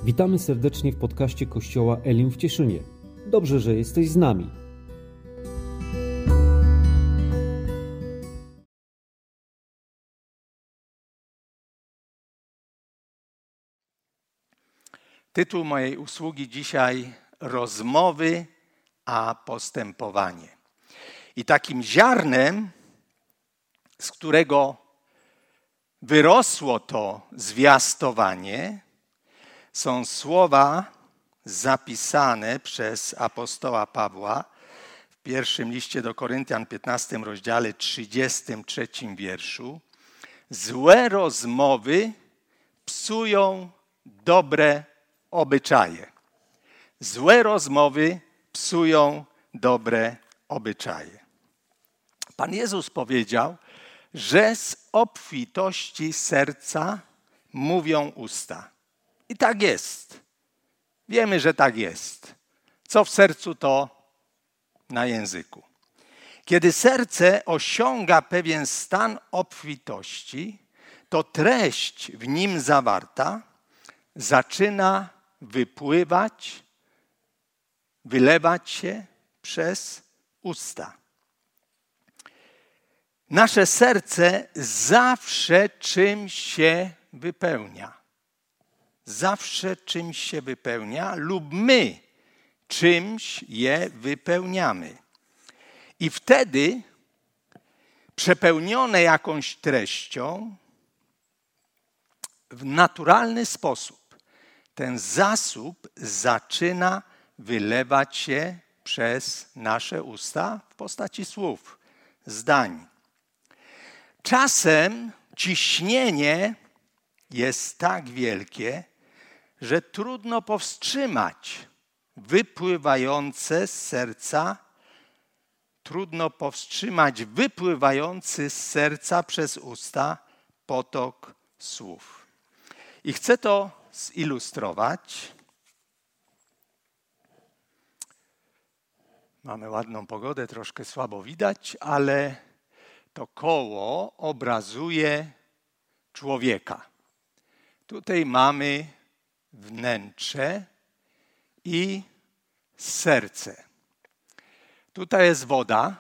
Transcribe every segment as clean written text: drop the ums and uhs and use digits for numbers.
Witamy serdecznie w podcaście Kościoła Elim w Cieszynie. Dobrze, że jesteś z nami. Tytuł mojej usługi dzisiaj: Rozmowy a postępowanie. I takim ziarnem, z którego wyrosło to zwiastowanie, są słowa zapisane przez apostoła Pawła w pierwszym liście do Koryntian, 15 rozdziale, 33 wierszu. Złe rozmowy psują dobre obyczaje. Złe rozmowy psują dobre obyczaje. Pan Jezus powiedział, że z obfitości serca mówią usta. I tak jest. Wiemy, że tak jest. Co w sercu, to na języku. Kiedy serce osiąga pewien stan obfitości, to treść w nim zawarta zaczyna wypływać, wylewać się przez usta. Nasze serce zawsze czymś się wypełnia. Zawsze czymś się wypełnia lub my czymś je wypełniamy. I wtedy, przepełnione jakąś treścią, w naturalny sposób ten zasób zaczyna wylewać się przez nasze usta w postaci słów, zdań. Czasem ciśnienie jest tak wielkie, że trudno powstrzymać wypływający z serca przez usta potok słów. I chcę to zilustrować. Mamy ładną pogodę, troszkę słabo widać, ale to koło obrazuje człowieka. Tutaj mamy wnętrze i serce. Tutaj jest woda,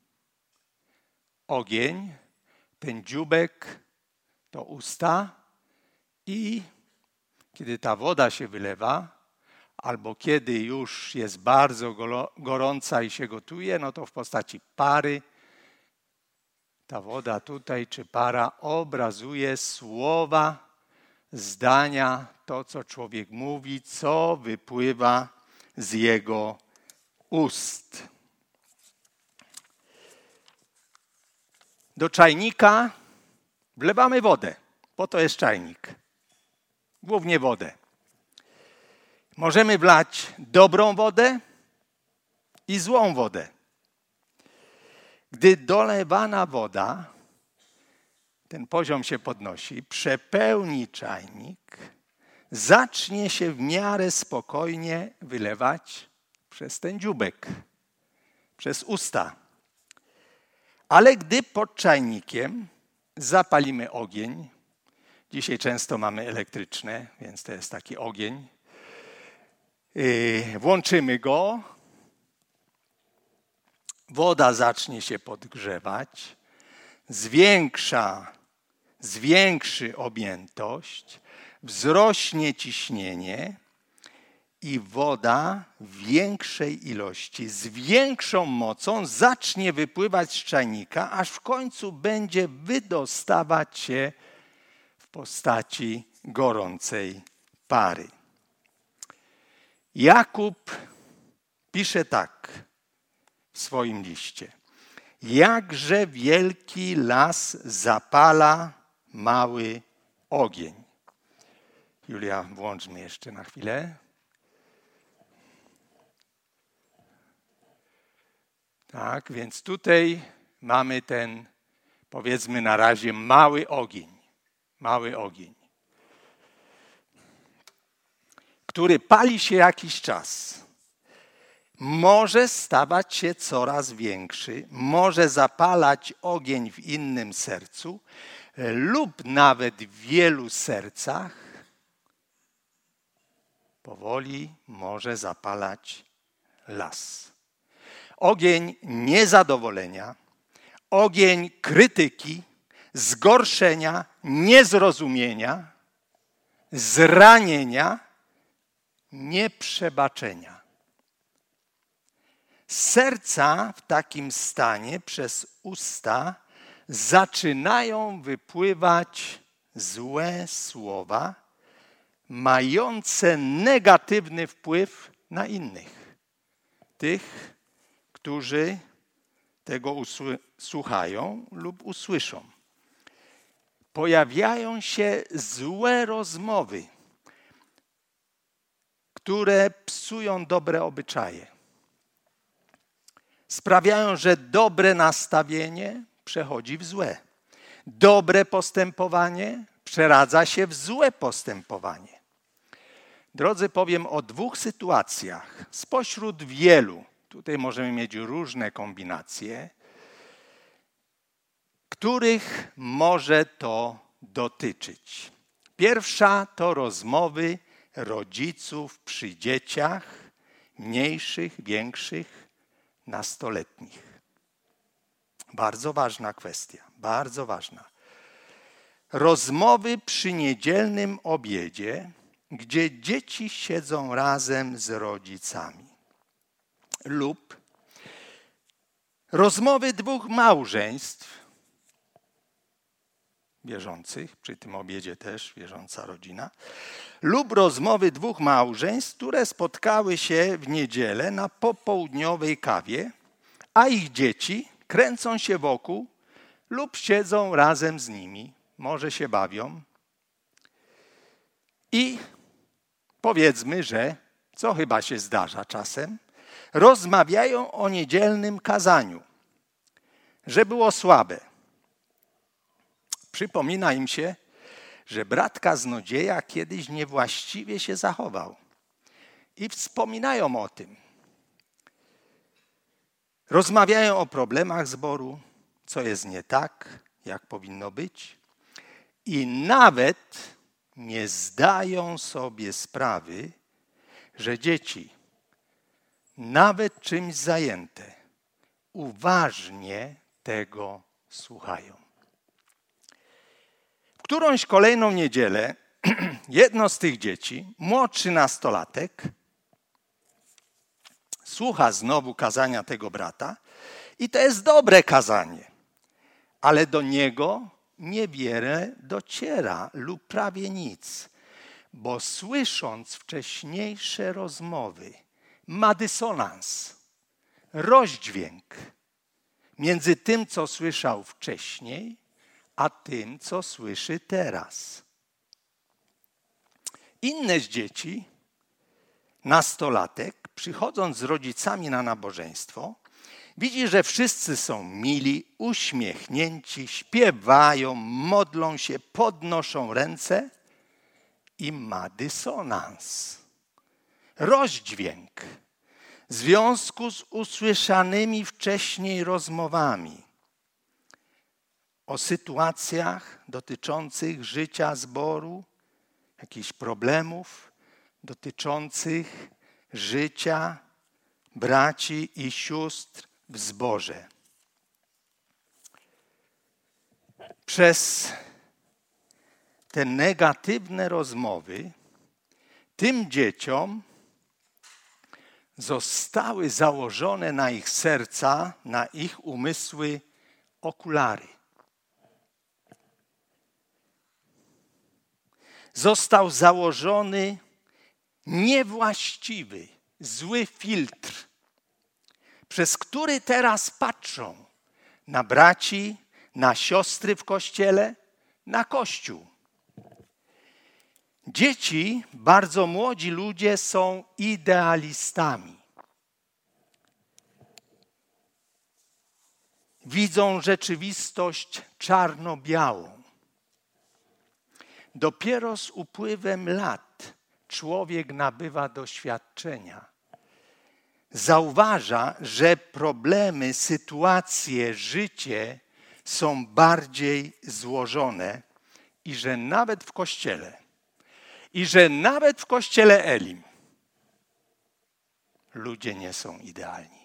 ogień, ten dzióbek to usta i kiedy ta woda się wylewa, albo kiedy już jest bardzo gorąca i się gotuje, no to w postaci pary ta woda tutaj czy para obrazuje słowa, zdania, to co człowiek mówi, co wypływa z jego ust. Do czajnika wlewamy wodę, po to jest czajnik. Głównie wodę. Możemy wlać dobrą wodę i złą wodę. Gdy dolewana woda, ten poziom się podnosi, przepełni czajnik, zacznie się w miarę spokojnie wylewać przez ten dzióbek, przez usta. Ale gdy pod czajnikiem zapalimy ogień, dzisiaj często mamy elektryczne, więc to jest taki ogień, włączymy go, woda zacznie się podgrzewać, zwiększy objętość, wzrośnie ciśnienie i woda w większej ilości, z większą mocą zacznie wypływać z czajnika, aż w końcu będzie wydostawać się w postaci gorącej pary. Jakub pisze tak w swoim liście. Jakże wielki las zapala mały ogień. Julia, włącz mnie jeszcze na chwilę. Tak, więc tutaj mamy ten, powiedzmy na razie, mały ogień, który pali się jakiś czas. Może stawać się coraz większy, może zapalać ogień w innym sercu lub nawet w wielu sercach, powoli może zapalać las. Ogień niezadowolenia, ogień krytyki, zgorszenia, niezrozumienia, zranienia, nieprzebaczenia. Z serca w takim stanie przez usta zaczynają wypływać złe słowa, mające negatywny wpływ na innych. Tych, którzy tego słuchają lub usłyszą. Pojawiają się złe rozmowy, które psują dobre obyczaje. Sprawiają, że dobre nastawienie przechodzi w złe. Dobre postępowanie przeradza się w złe postępowanie. Drodzy, powiem o 2 sytuacjach spośród wielu. Tutaj możemy mieć różne kombinacje, których może to dotyczyć. Pierwsza to rozmowy rodziców przy dzieciach mniejszych, większych, nastoletnich. Bardzo ważna kwestia, bardzo ważna. Rozmowy przy niedzielnym obiedzie, gdzie dzieci siedzą razem z rodzicami. Lub rozmowy 2 małżeństw wierzących, przy tym obiedzie też wierząca rodzina, lub rozmowy 2 małżeństw, które spotkały się w niedzielę na popołudniowej kawie, a ich dzieci kręcą się wokół lub siedzą razem z nimi, może się bawią. I powiedzmy, że, co chyba się zdarza czasem, rozmawiają o niedzielnym kazaniu, że było słabe. Przypomina im się, że brat kaznodzieja kiedyś niewłaściwie się zachował. I wspominają o tym. Rozmawiają o problemach zboru, co jest nie tak, jak powinno być. I nawet nie zdają sobie sprawy, że dzieci, nawet czymś zajęte, uważnie tego słuchają. W którąś kolejną niedzielę jedno z tych dzieci, młodszy nastolatek, słucha znowu kazania tego brata i to jest dobre kazanie, ale do niego niewiele dociera lub prawie nic, bo słysząc wcześniejsze rozmowy, ma dysonans, rozdźwięk między tym, co słyszał wcześniej, a tym, co słyszy teraz. Inne z dzieci, nastolatek, przychodząc z rodzicami na nabożeństwo, widzi, że wszyscy są mili, uśmiechnięci, śpiewają, modlą się, podnoszą ręce i ma dysonans, rozdźwięk w związku z usłyszanymi wcześniej rozmowami o sytuacjach dotyczących życia zboru, jakichś problemów dotyczących życia braci i sióstr w zborze. Przez te negatywne rozmowy tym dzieciom zostały założone na ich serca, na ich umysły okulary. Został założony niewłaściwy, zły filtr, przez który teraz patrzą na braci, na siostry w kościele, na Kościół. Dzieci, bardzo młodzi ludzie są idealistami. Widzą rzeczywistość czarno-białą. Dopiero z upływem lat człowiek nabywa doświadczenia. Zauważa, że problemy, sytuacje, życie są bardziej złożone i że nawet w Kościele Elim ludzie nie są idealni.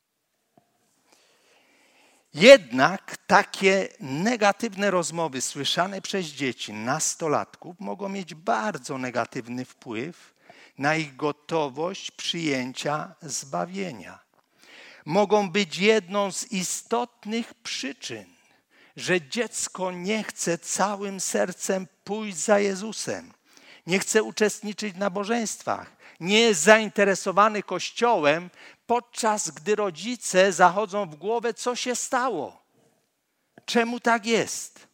Jednak takie negatywne rozmowy słyszane przez dzieci, nastolatków mogą mieć bardzo negatywny wpływ na ich gotowość przyjęcia zbawienia. Mogą być jedną z istotnych przyczyn, że dziecko nie chce całym sercem pójść za Jezusem, nie chce uczestniczyć w nabożeństwach, nie jest zainteresowany Kościołem, podczas gdy rodzice zachodzą w głowę, co się stało. Czemu tak jest?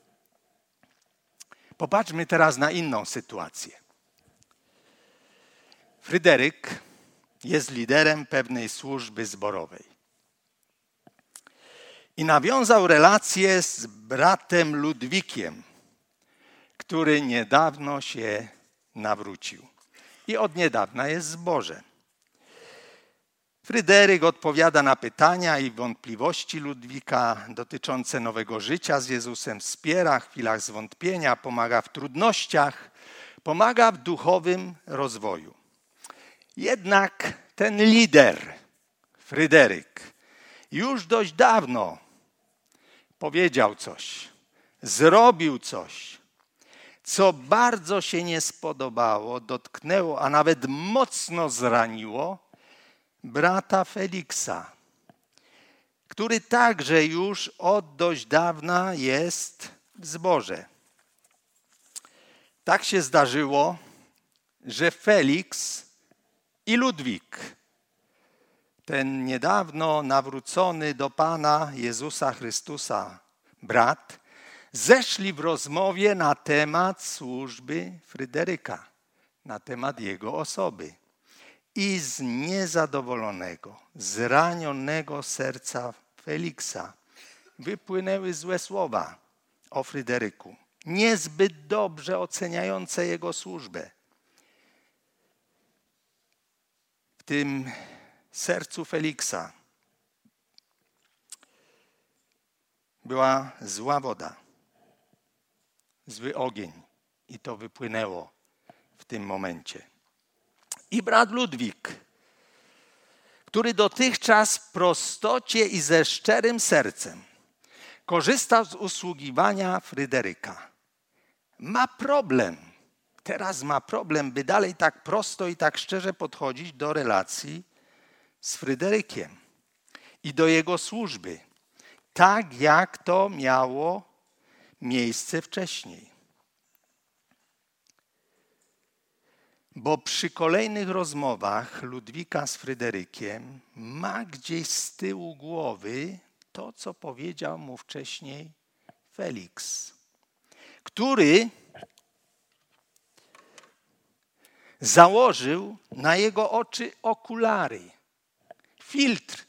Popatrzmy teraz na inną sytuację. Fryderyk jest liderem pewnej służby zborowej. I nawiązał relację z bratem Ludwikiem, który niedawno się nawrócił. I od niedawna jest w zborze. Fryderyk odpowiada na pytania i wątpliwości Ludwika dotyczące nowego życia z Jezusem, wspiera w chwilach zwątpienia, pomaga w trudnościach, pomaga w duchowym rozwoju. Jednak ten lider, Fryderyk, już dość dawno powiedział coś, zrobił coś, co bardzo się nie spodobało, dotknęło, a nawet mocno zraniło brata Feliksa, który także już od dość dawna jest w zborze. Tak się zdarzyło, że Feliks i Ludwik, ten niedawno nawrócony do Pana Jezusa Chrystusa brat, zeszli w rozmowie na temat służby Fryderyka, na temat jego osoby. I z niezadowolonego, zranionego serca Feliksa wypłynęły złe słowa o Fryderyku, niezbyt dobrze oceniające jego służbę. W tym sercu Feliksa była zła woda, zły ogień i to wypłynęło w tym momencie. I brat Ludwik, który dotychczas w prostocie i ze szczerym sercem korzystał z usługiwania Fryderyka, ma problem. Teraz ma problem, by dalej tak prosto i tak szczerze podchodzić do relacji z Fryderykiem i do jego służby, tak jak to miało miejsce wcześniej. Bo przy kolejnych rozmowach Ludwika z Fryderykiem ma gdzieś z tyłu głowy to, co powiedział mu wcześniej Feliks, który założył na jego oczy okulary, filtr.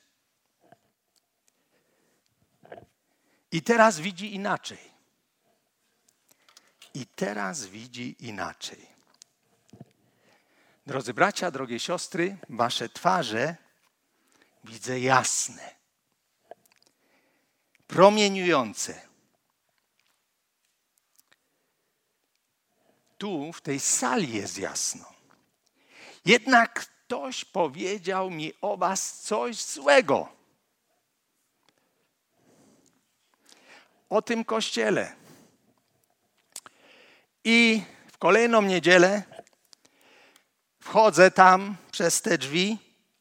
I teraz widzi inaczej. I teraz widzi inaczej. Drodzy bracia, drogie siostry, wasze twarze widzę jasne, promieniujące. Tu, w tej sali jest jasno. Jednak ktoś powiedział mi o was coś złego. O tym kościele. I w kolejną niedzielę wchodzę tam przez te drzwi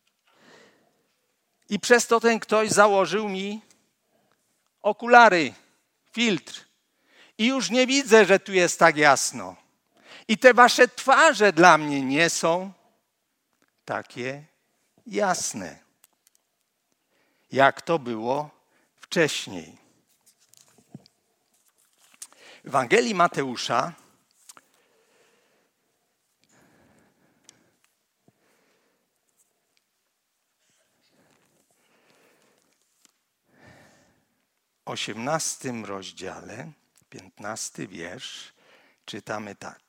i przez to ten ktoś założył mi okulary, filtr. I już nie widzę, że tu jest tak jasno. I te wasze twarze dla mnie nie są takie jasne, jak to było wcześniej. W Ewangelii Mateusza w 18 rozdziale, 15 wiersz, czytamy tak.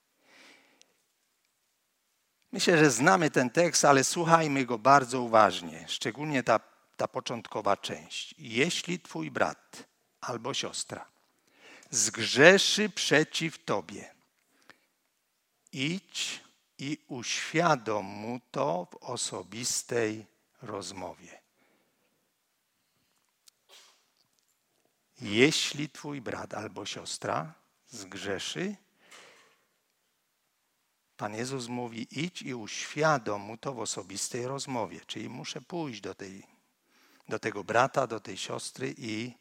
Myślę, że znamy ten tekst, ale słuchajmy go bardzo uważnie, szczególnie ta początkowa część. Jeśli twój brat albo siostra zgrzeszy przeciw tobie, idź i uświadom mu to w osobistej rozmowie. Jeśli twój brat albo siostra zgrzeszy, Pan Jezus mówi, idź i uświadom mu to w osobistej rozmowie. Czyli muszę pójść do tego brata, do tej siostry i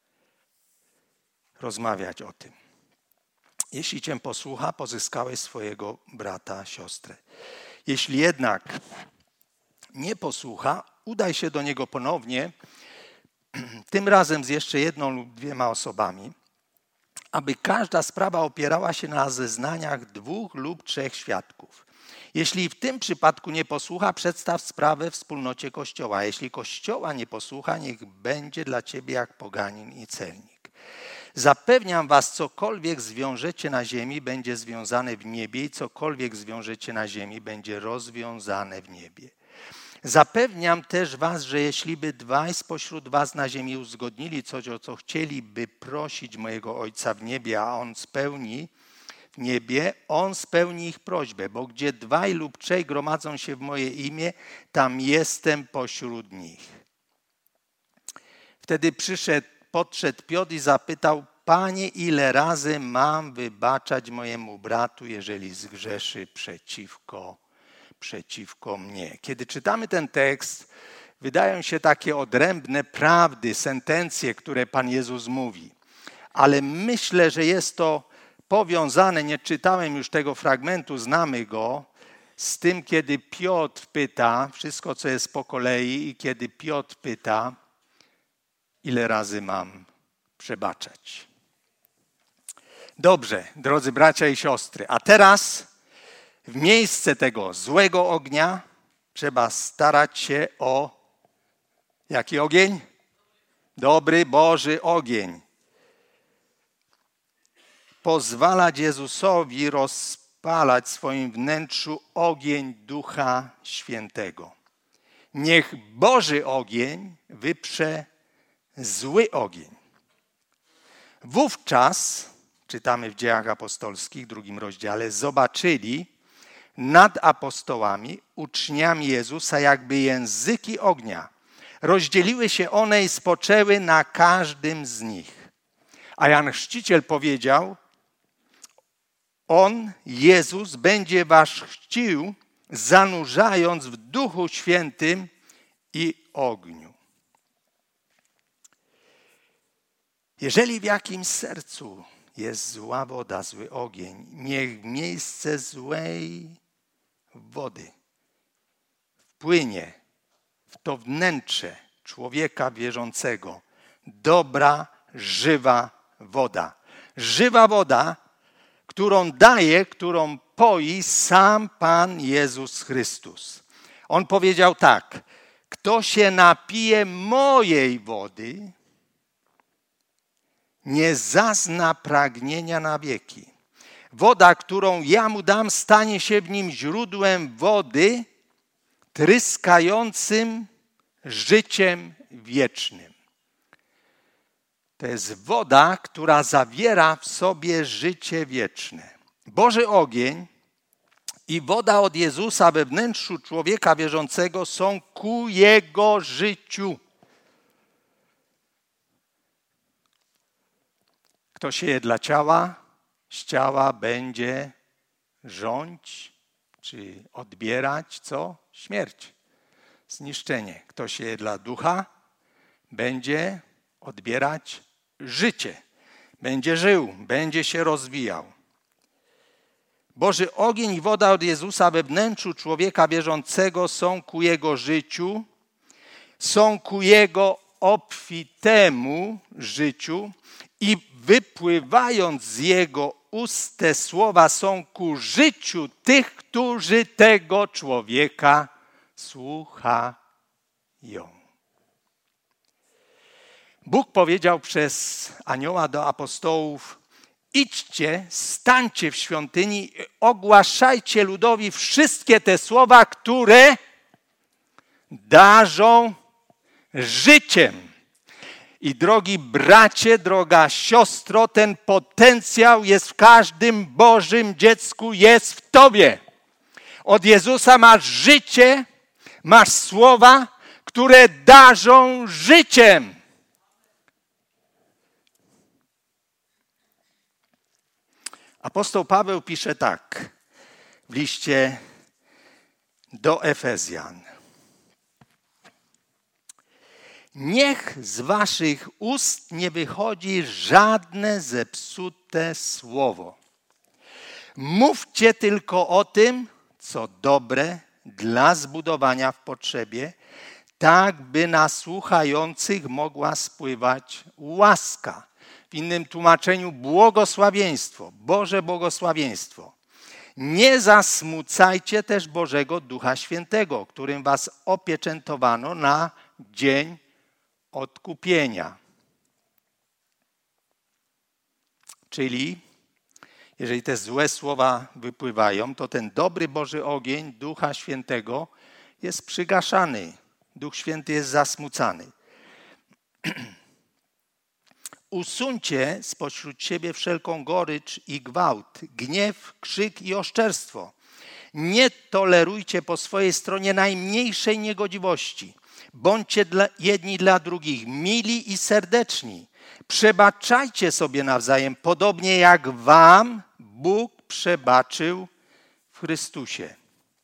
rozmawiać o tym. Jeśli cię posłucha, pozyskałeś swojego brata, siostrę. Jeśli jednak nie posłucha, udaj się do niego ponownie, tym razem z jeszcze jedną lub dwiema osobami, aby każda sprawa opierała się na zeznaniach 2 lub 3 świadków. Jeśli w tym przypadku nie posłucha, przedstaw sprawę w wspólnocie Kościoła. Jeśli Kościoła nie posłucha, niech będzie dla ciebie jak poganin i celnik. Zapewniam was, cokolwiek zwiążecie na ziemi, będzie związane w niebie i cokolwiek zwiążecie na ziemi, będzie rozwiązane w niebie. Zapewniam też was, że jeśli by 2 spośród was na ziemi uzgodnili coś, o co chcieliby prosić mojego Ojca w niebie, a On spełni w niebie, On spełni ich prośbę, bo gdzie 2 lub 3 gromadzą się w moje imię, tam jestem pośród nich. Wtedy podszedł Piotr i zapytał, Panie, ile razy mam wybaczać mojemu bratu, jeżeli zgrzeszy przeciwko mnie. Kiedy czytamy ten tekst, wydają się takie odrębne prawdy, sentencje, które Pan Jezus mówi. Ale myślę, że jest to powiązane, nie czytałem już tego fragmentu, znamy go, z tym, kiedy Piotr pyta, wszystko co jest po kolei, i kiedy Piotr pyta, ile razy mam przebaczać. Dobrze, drodzy bracia i siostry, a teraz w miejsce tego złego ognia trzeba starać się o jaki ogień? Dobry Boży ogień. Pozwalać Jezusowi rozpalać w swoim wnętrzu ogień Ducha Świętego. Niech Boży ogień wyprze zły ogień. Wówczas, czytamy w Dziejach Apostolskich, 2 rozdziale, zobaczyli nad apostołami, uczniami Jezusa, jakby języki ognia. Rozdzieliły się one i spoczęły na każdym z nich. A Jan Chrzciciel powiedział, On, Jezus, będzie was chrzcił, zanurzając w Duchu Świętym i ogniu. Jeżeli w jakimś sercu jest zła woda, zły ogień, niech w miejsce złej wody wpłynie w to wnętrze człowieka wierzącego dobra, żywa woda. Żywa woda, którą daje, którą poi sam Pan Jezus Chrystus. On powiedział tak, kto się napije mojej wody, nie zazna pragnienia na wieki. Woda, którą ja mu dam, stanie się w nim źródłem wody, tryskającym życiem wiecznym. To jest woda, która zawiera w sobie życie wieczne. Boży ogień i woda od Jezusa we wnętrzu człowieka wierzącego są ku jego życiu. Kto sieje dla ciała, z ciała będzie żądź, czy odbierać co? Śmierć, zniszczenie. Kto sieje dla ducha, będzie odbierać życie. Będzie żył, będzie się rozwijał. Boży ogień i woda od Jezusa we wnętrzu człowieka wierzącego są ku jego życiu, są ku jego obfitemu życiu i wypływając z jego ust te słowa są ku życiu tych, którzy tego człowieka słuchają. Bóg powiedział przez anioła do apostołów, idźcie, stańcie w świątyni i ogłaszajcie ludowi wszystkie te słowa, które darzą życiem. I drogi bracie, droga siostro, ten potencjał jest w każdym Bożym dziecku, jest w tobie. Od Jezusa masz życie, masz słowa, które darzą życiem. Apostoł Paweł pisze tak w liście do Efezjan. Niech z waszych ust nie wychodzi żadne zepsute słowo. Mówcie tylko o tym, co dobre dla zbudowania w potrzebie, tak by na słuchających mogła spływać łaska. W innym tłumaczeniu błogosławieństwo, Boże błogosławieństwo. Nie zasmucajcie też Bożego Ducha Świętego, którym was opieczętowano na dzień odkupienia. Czyli jeżeli te złe słowa wypływają, to ten dobry Boży ogień Ducha Świętego jest przygaszany. Duch Święty jest zasmucany. Usuńcie spośród siebie wszelką gorycz i gwałt, gniew, krzyk i oszczerstwo. Nie tolerujcie po swojej stronie najmniejszej niegodziwości. Bądźcie jedni dla drugich mili i serdeczni. Przebaczajcie sobie nawzajem, podobnie jak wam Bóg przebaczył w Chrystusie.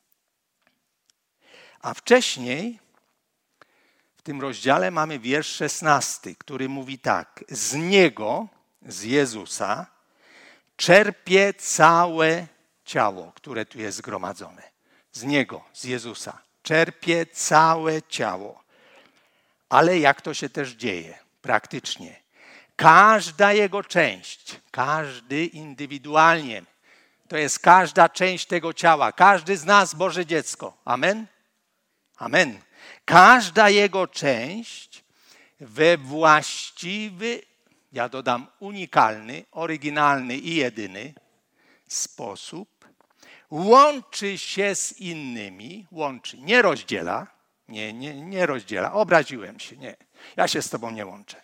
A wcześniej w tym rozdziale mamy wiersz 16, który mówi tak. Z Niego, z Jezusa, czerpie całe ciało, które tu jest zgromadzone. Z Niego, z Jezusa, czerpie całe ciało. Ale jak to się też dzieje praktycznie? Każda jego część, każdy indywidualnie, to jest każda część tego ciała, każdy z nas Boże dziecko. Amen? Amen. Każda jego część we właściwy, ja dodam unikalny, oryginalny i jedyny sposób łączy się z innymi, nie rozdziela, nie rozdziela, obraziłem się, nie, ja się z tobą nie łączę.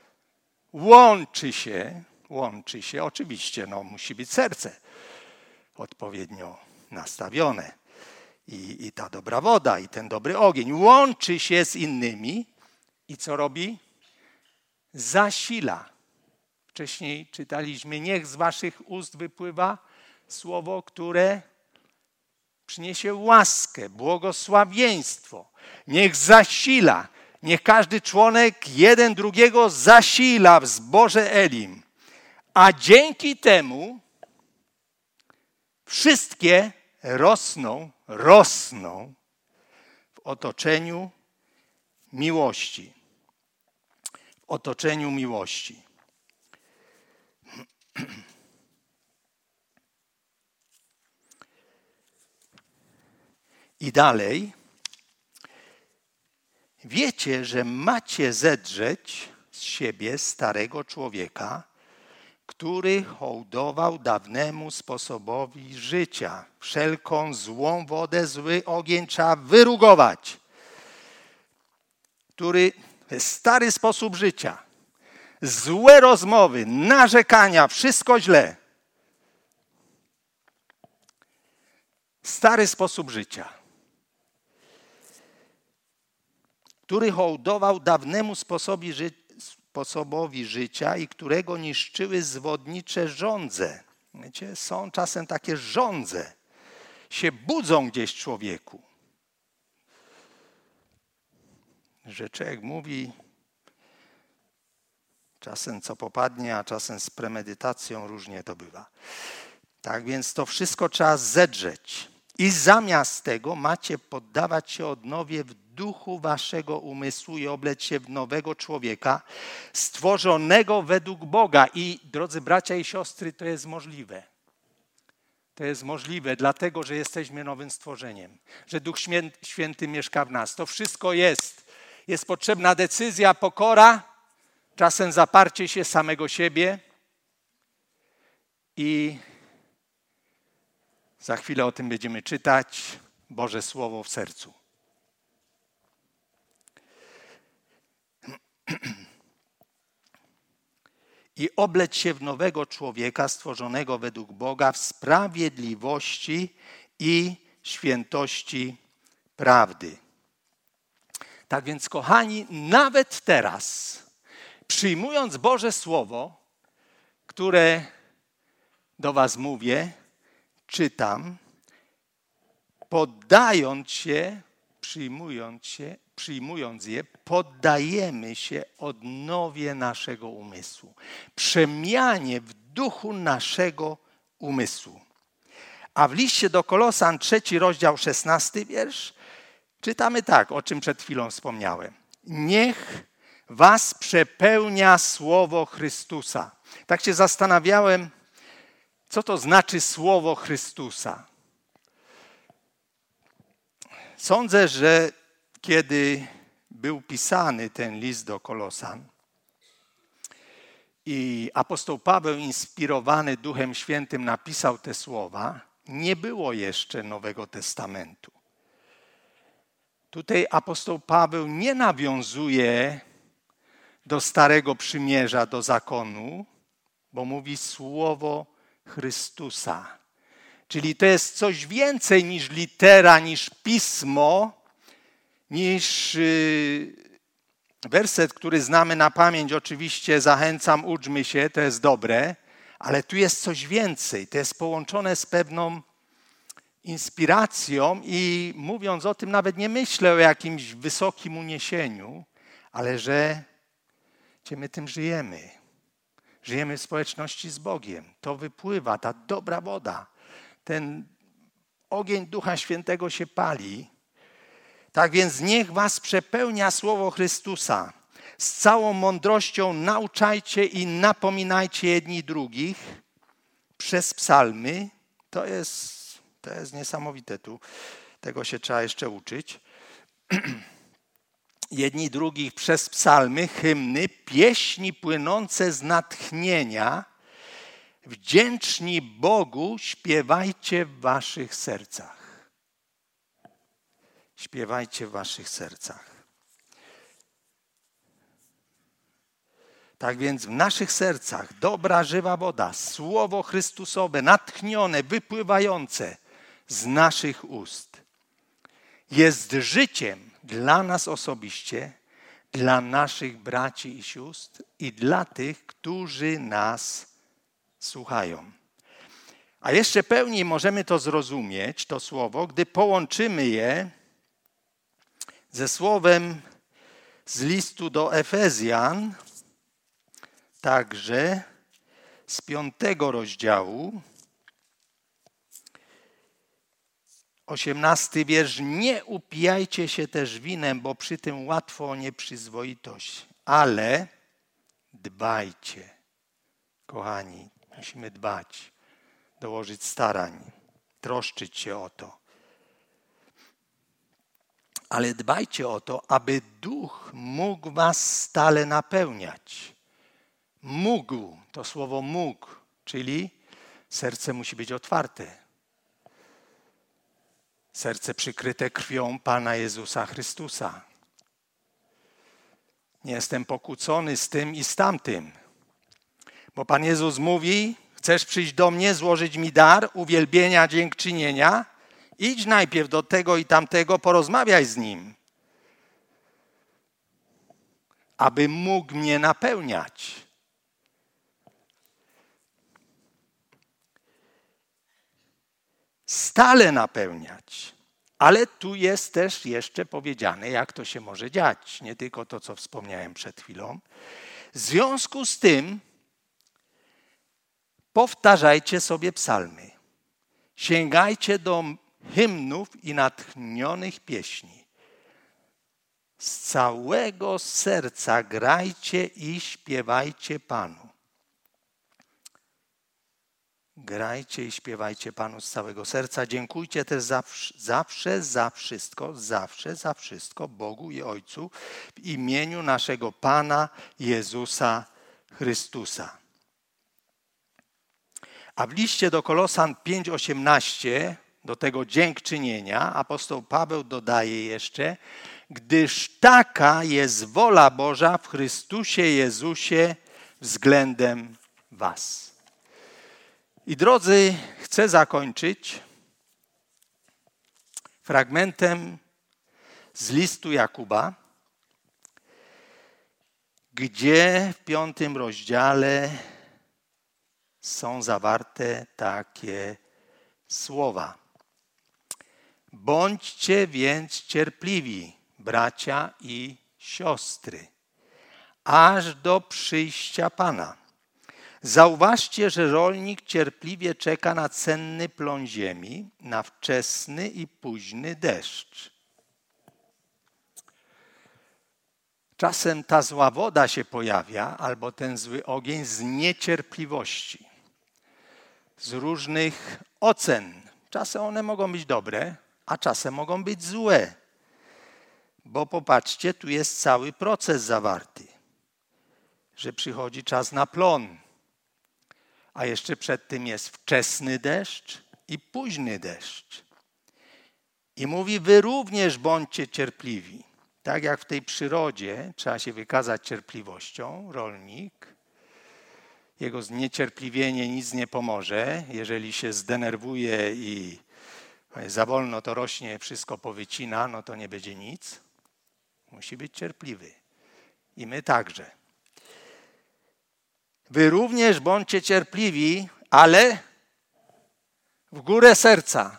Łączy się, oczywiście, musi być serce odpowiednio nastawione i ta dobra woda i ten dobry ogień. Łączy się z innymi i co robi? Zasila. Wcześniej czytaliśmy, niech z waszych ust wypływa słowo, które przyniesie łaskę, błogosławieństwo. Niech zasila. Niech każdy członek jeden drugiego zasila w zborze Elim. A dzięki temu wszystkie rosną w otoczeniu miłości. W otoczeniu miłości. I dalej. Wiecie, że macie zedrzeć z siebie starego człowieka, który hołdował dawnemu sposobowi życia. Wszelką złą wodę, zły ogień trzeba wyrugować. Który jest stary sposób życia. Złe rozmowy, narzekania, wszystko źle. Stary sposób życia. Który hołdował dawnemu sposobowi życia i którego niszczyły zwodnicze żądze. Wiecie, są czasem takie żądze, się budzą gdzieś w człowieku. Że człowiek mówi czasem co popadnie, a czasem z premedytacją różnie to bywa. Tak więc to wszystko trzeba zedrzeć. I zamiast tego macie poddawać się odnowie w duchu waszego umysłu i oblec się w nowego człowieka, stworzonego według Boga. I drodzy bracia i siostry, to jest możliwe. To jest możliwe, dlatego że jesteśmy nowym stworzeniem, że Duch Święty mieszka w nas. To wszystko jest. Jest potrzebna decyzja, pokora, czasem zaparcie się samego siebie i za chwilę o tym będziemy czytać, Boże Słowo w sercu. I oblec się w nowego człowieka stworzonego według Boga w sprawiedliwości i świętości prawdy. Tak więc, kochani, nawet teraz, przyjmując Boże Słowo, które do was mówię, czytam, poddając się, przyjmując je, poddajemy się odnowie naszego umysłu, przemianie w duchu naszego umysłu. A w liście do Kolosan, 3 rozdział, 16 wiersz, czytamy tak, o czym przed chwilą wspomniałem. Niech was przepełnia słowo Chrystusa. Tak się zastanawiałem, co to znaczy słowo Chrystusa. Sądzę, że kiedy był pisany ten list do Kolosan i apostoł Paweł, inspirowany Duchem Świętym, napisał te słowa, nie było jeszcze Nowego Testamentu. Tutaj apostoł Paweł nie nawiązuje do Starego Przymierza, do zakonu, bo mówi słowo Chrystusa. Czyli to jest coś więcej niż litera, niż pismo, niż werset, który znamy na pamięć. Oczywiście zachęcam, uczmy się, to jest dobre, ale tu jest coś więcej. To jest połączone z pewną inspiracją i mówiąc o tym, nawet nie myślę o jakimś wysokim uniesieniu, ale że my tym żyjemy. Żyjemy w społeczności z Bogiem. To wypływa, ta dobra woda. Ten ogień Ducha Świętego się pali. Tak więc niech was przepełnia słowo Chrystusa. Z całą mądrością nauczajcie i napominajcie jedni drugich przez psalmy. To jest niesamowite tu. Tego się trzeba jeszcze uczyć. Jedni drugich przez psalmy, hymny, pieśni płynące z natchnienia. Wdzięczni Bogu śpiewajcie w waszych sercach. Śpiewajcie w waszych sercach. Tak więc w naszych sercach dobra, żywa woda, słowo Chrystusowe, natchnione, wypływające z naszych ust, jest życiem dla nas osobiście, dla naszych braci i sióstr i dla tych, którzy nas słuchają. A jeszcze pełniej możemy to zrozumieć, to słowo, gdy połączymy je ze słowem z listu do Efezjan, także z 5 rozdziału, 18 wiersz. Nie upijajcie się też winem, bo przy tym łatwo o nieprzyzwoitość, ale dbajcie. Kochani, musimy dbać, dołożyć starań, troszczyć się o to. Ale dbajcie o to, aby Duch mógł was stale napełniać. Mógł, to słowo mógł, czyli serce musi być otwarte. Serce przykryte krwią Pana Jezusa Chrystusa. Nie jestem pokłócony z tym i z tamtym. Bo Pan Jezus mówi, chcesz przyjść do mnie, złożyć mi dar uwielbienia, dziękczynienia? Idź najpierw do tego i tamtego, porozmawiaj z nim. Aby mógł mnie napełniać. Stale napełniać. Ale tu jest też jeszcze powiedziane, jak to się może dziać. Nie tylko to, co wspomniałem przed chwilą. W związku z tym powtarzajcie sobie psalmy. Sięgajcie do hymnów i natchnionych pieśni. Z całego serca grajcie i śpiewajcie Panu. Grajcie i śpiewajcie Panu z całego serca. Dziękujcie też zawsze za wszystko Bogu i Ojcu w imieniu naszego Pana Jezusa Chrystusa. A w liście do Kolosan 5:18 do tego dziękczynienia apostoł Paweł dodaje jeszcze, gdyż taka jest wola Boża w Chrystusie Jezusie względem was. I drodzy, chcę zakończyć fragmentem z listu Jakuba, gdzie w 5 rozdziale są zawarte takie słowa. Bądźcie więc cierpliwi, bracia i siostry, aż do przyjścia Pana. Zauważcie, że rolnik cierpliwie czeka na cenny plon ziemi, na wczesny i późny deszcz. Czasem ta zła woda się pojawia, albo ten zły ogień z niecierpliwości, z różnych ocen. Czasem one mogą być dobre, a czasem mogą być złe. Bo popatrzcie, tu jest cały proces zawarty, że przychodzi czas na plon, a jeszcze przed tym jest wczesny deszcz i późny deszcz. I mówi, wy również bądźcie cierpliwi. Tak jak w tej przyrodzie trzeba się wykazać cierpliwością, rolnik, jego zniecierpliwienie nic nie pomoże. Jeżeli się zdenerwuje i za wolno to rośnie, wszystko powycina, no to nie będzie nic. Musi być cierpliwy. I my także. Wy również bądźcie cierpliwi, ale w górę serca.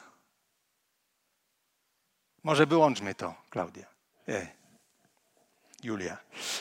Może wyłączmy to, Klaudia. Julia.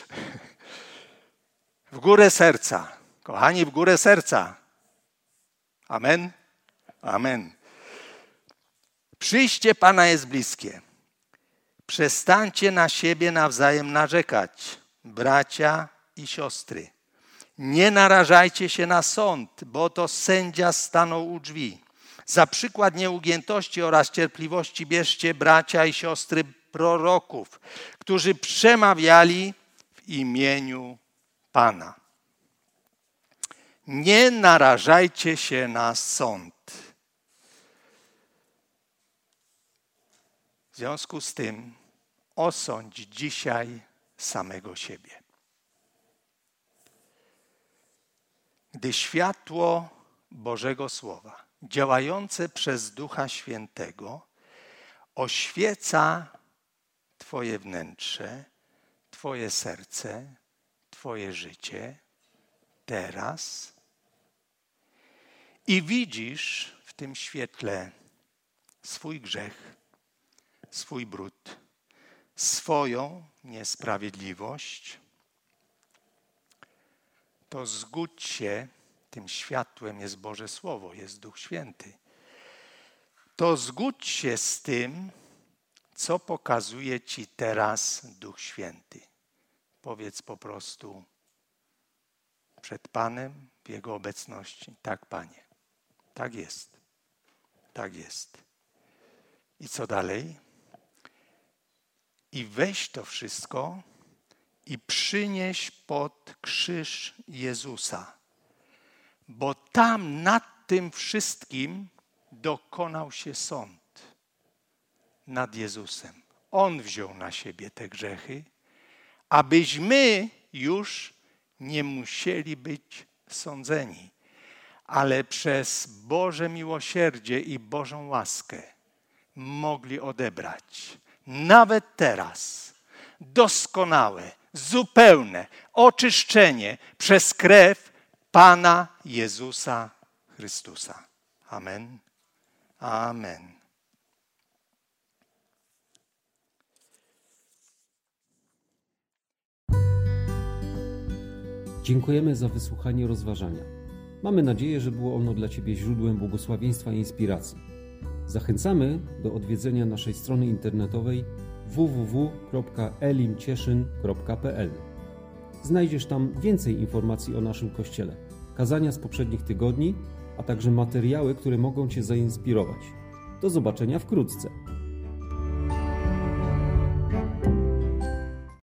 W górę serca. Kochani, w górę serca. Amen? Amen. Przyjście Pana jest bliskie. Przestańcie na siebie nawzajem narzekać, bracia i siostry. Nie narażajcie się na sąd, bo to sędzia stanął u drzwi. Za przykład nieugiętości oraz cierpliwości bierzcie bracia i siostry proroków, którzy przemawiali w imieniu Pana. Nie narażajcie się na sąd. W związku z tym osądź dzisiaj samego siebie. Gdy światło Bożego Słowa, działające przez Ducha Świętego, oświeca Twoje wnętrze, Twoje serce, Twoje życie, teraz i widzisz w tym świetle swój grzech, swój brud, swoją niesprawiedliwość, to zgódź się, tym światłem jest Boże Słowo, jest Duch Święty. To zgódź się z tym, co pokazuje Ci teraz Duch Święty. Powiedz po prostu przed Panem, w Jego obecności. Tak, Panie. Tak jest. Tak jest. I co dalej? I weź to wszystko i przynieś pod krzyż Jezusa. Bo tam nad tym wszystkim dokonał się sąd. Nad Jezusem. On wziął na siebie te grzechy, abyśmy już nie musieli być sądzeni, ale przez Boże miłosierdzie i Bożą łaskę mogli odebrać nawet teraz doskonałe, zupełne oczyszczenie przez krew Pana Jezusa Chrystusa. Amen. Amen. Dziękujemy za wysłuchanie rozważania. Mamy nadzieję, że było ono dla Ciebie źródłem błogosławieństwa i inspiracji. Zachęcamy do odwiedzenia naszej strony internetowej www.elimcieszyn.pl. Znajdziesz tam więcej informacji o naszym Kościele, kazania z poprzednich tygodni, a także materiały, które mogą Cię zainspirować. Do zobaczenia wkrótce.